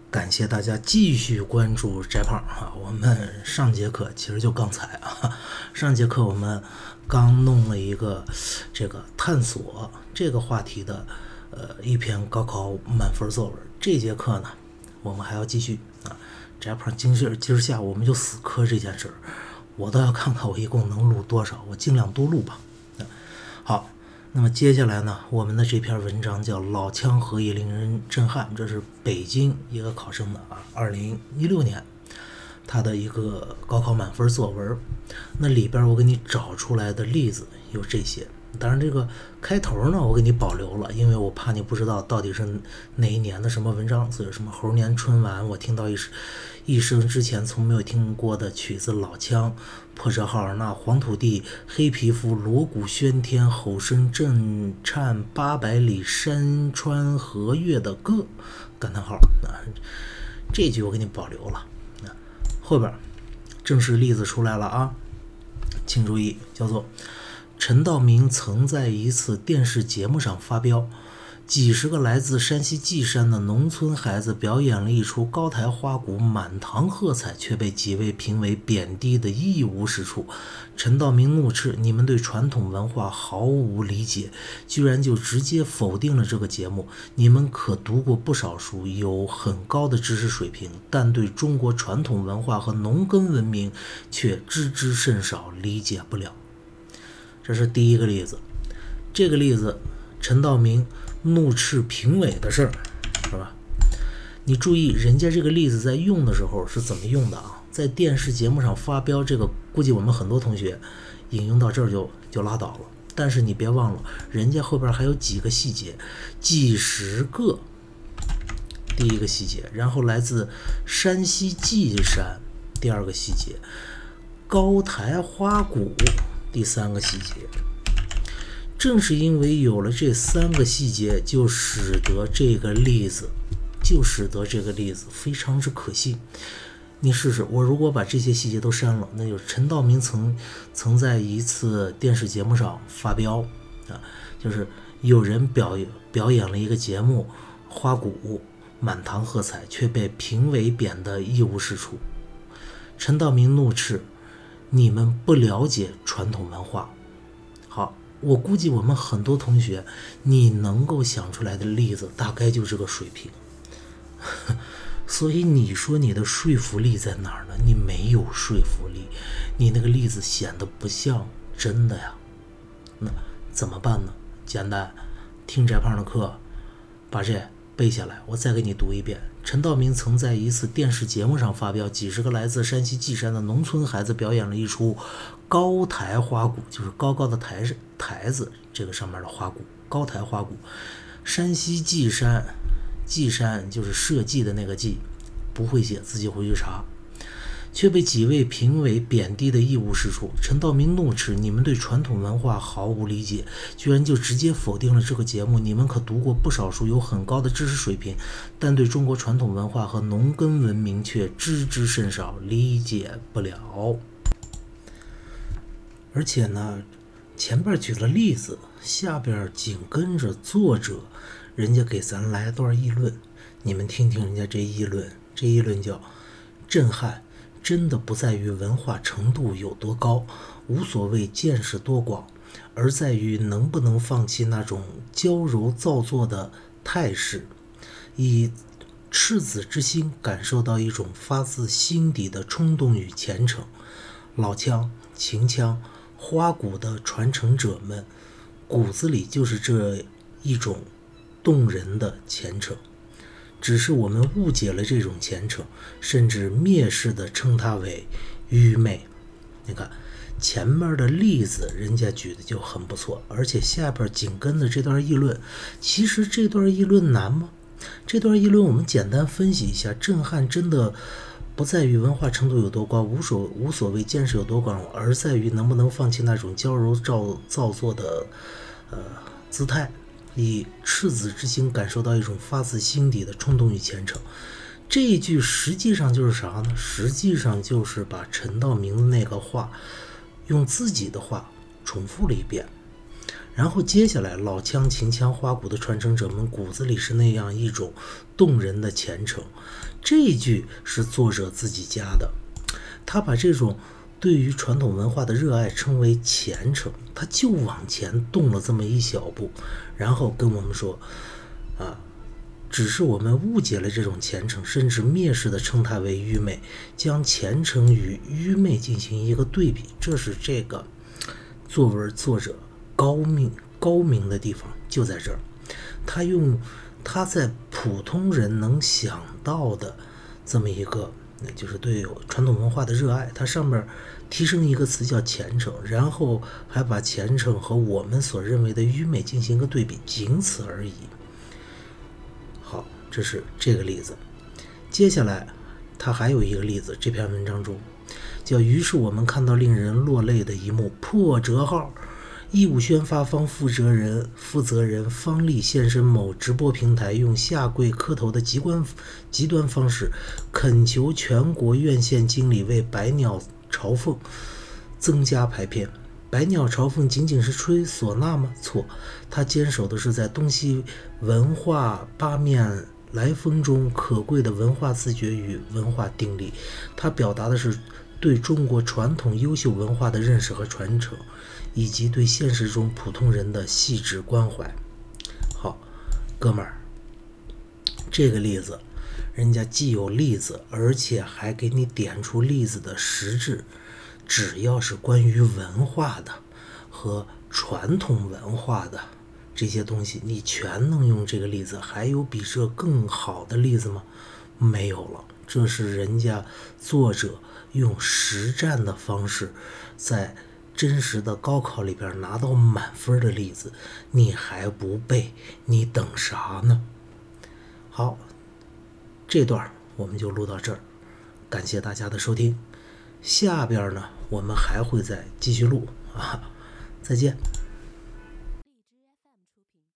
感谢大家继续关注翟胖啊！我们上节课其实就刚才上节课我们刚弄了一个这个探索这个话题的一篇高考满分作文。这节课呢，我们还要继续翟胖今儿下午我们就死磕这件事儿，我倒要看看我一共能录多少，我尽量多录吧。好。那么接下来呢，我们的这篇文章叫《老枪何以令人震撼》，这是北京一个考生的2016年他的一个高考满分作文。那里边我给你找出来的例子有这些，当然这个开头呢我给你保留了，因为我怕你不知道到底是哪一年的什么文章，所以什么猴年春晚我听到一生之前从没有听过的曲子《老枪》，破折号那黄土地黑皮肤锣鼓喧天吼声震颤800里山川河岳的歌感叹号这句我给你保留了。后边正式例子出来了啊，请注意，叫做陈道明曾在一次电视节目上发飙，几十个来自山西稷山的农村孩子表演了一出高台花鼓，满堂喝彩，却被几位评委贬低的一无是处。陈道明怒斥你们对传统文化毫无理解，居然就直接否定了这个节目。你们可读过不少书，有很高的知识水平，但对中国传统文化和农耕文明却知之甚少，理解不了。这是第一个例子。这个例子陈道明怒斥评委的事儿，是吧？你注意人家这个例子在用的时候是怎么用的啊？在电视节目上发飙，这个估计我们很多同学引用到这儿就拉倒了。但是你别忘了，人家后边还有几个细节，几十个，第一个细节，然后来自山西稷山，第二个细节，高台花鼓，第三个细节。正是因为有了这三个细节，就使得这个例子非常之可信。你试试，我如果把这些细节都删了，那就是陈道明曾在一次电视节目上发飙就是有人表演了一个节目，花鼓满堂喝彩，却被评委贬得一无是处。陈道明怒斥你们不了解传统文化。好，我估计我们很多同学你能够想出来的例子大概就这个水平所以你说你的说服力在哪儿呢？你没有说服力，你那个例子显得不像真的呀。那怎么办呢？简单，听翟胖的课，把这背下来，我再给你读一遍。陈道明曾在一次电视节目上发飙，几十个来自山西稷山的农村孩子表演了一出高台花鼓，就是高高的台子，这个上面的花鼓，高台花鼓。山西稷山就是社稷的那个稷，不会写自己回去查，却被几位评委贬低的一无是处。陈道明怒斥你们对传统文化毫无理解，居然就直接否定了这个节目。你们可读过不少书，有很高的知识水平，但对中国传统文化和农耕文明却知之甚少，理解不了。而且呢，前边举了例子，下边紧跟着作者人家给咱来段议论，你们听听人家这议论叫震撼，真的不在于文化程度有多高，无所谓见识多广，而在于能不能放弃那种娇柔造作的态势，以赤子之心感受到一种发自心底的冲动与虔诚。老腔、秦腔、花鼓的传承者们骨子里就是这一种动人的虔诚，只是我们误解了这种虔诚，甚至蔑视地称它为愚昧。你看前面的例子人家举的就很不错，而且下边紧跟的这段议论，其实这段议论难吗？这段议论我们简单分析一下，震撼真的不在于文化程度有多高，无所谓见识有多广，而在于能不能放弃那种娇柔造作的姿态，以赤子之心感受到一种发自心底的冲动与虔诚。这一句实际上就是啥呢？实际上就是把陈道明的那个话用自己的话重复了一遍， 然后接下来，老腔、秦腔、花鼓的传承者们骨子里是那样一种动人的虔诚。这一句是作者自己加的，他把这种对于传统文化的热爱称为虔诚，他就往前动了这么一小步，然后跟我们说只是我们误解了这种虔诚，甚至蔑视的称它为愚昧，将虔诚与愚昧进行一个对比，这是这个作文作者高明的地方就在这儿。他在普通人能想到的这么一个就是对传统文化的热爱，它上面提升一个词叫虔诚，然后还把虔诚和我们所认为的愚昧进行一个对比，仅此而已。好，这是这个例子。接下来他还有一个例子，这篇文章中叫于是我们看到令人落泪的一幕，破折号，义务宣发方负责人方力现身某直播平台，用下跪磕头的极端方式恳求全国院线经理为百鸟朝凤增加排片。百鸟朝凤仅仅是吹唢呐吗？错，他坚守的是在东西文化八面来风中可贵的文化自觉与文化定力。他表达的是对中国传统优秀文化的认识和传承，以及对现实中普通人的细致关怀。好，哥们儿，这个例子人家既有例子，而且还给你点出例子的实质。只要是关于文化的和传统文化的这些东西，你全能用这个例子。还有比这更好的例子吗？没有了。这是人家作者用实战的方式在真实的高考里边拿到满分的例子，你还不背，你等啥呢？好，这段我们就录到这儿，感谢大家的收听。下边呢，我们还会再继续录啊，再见。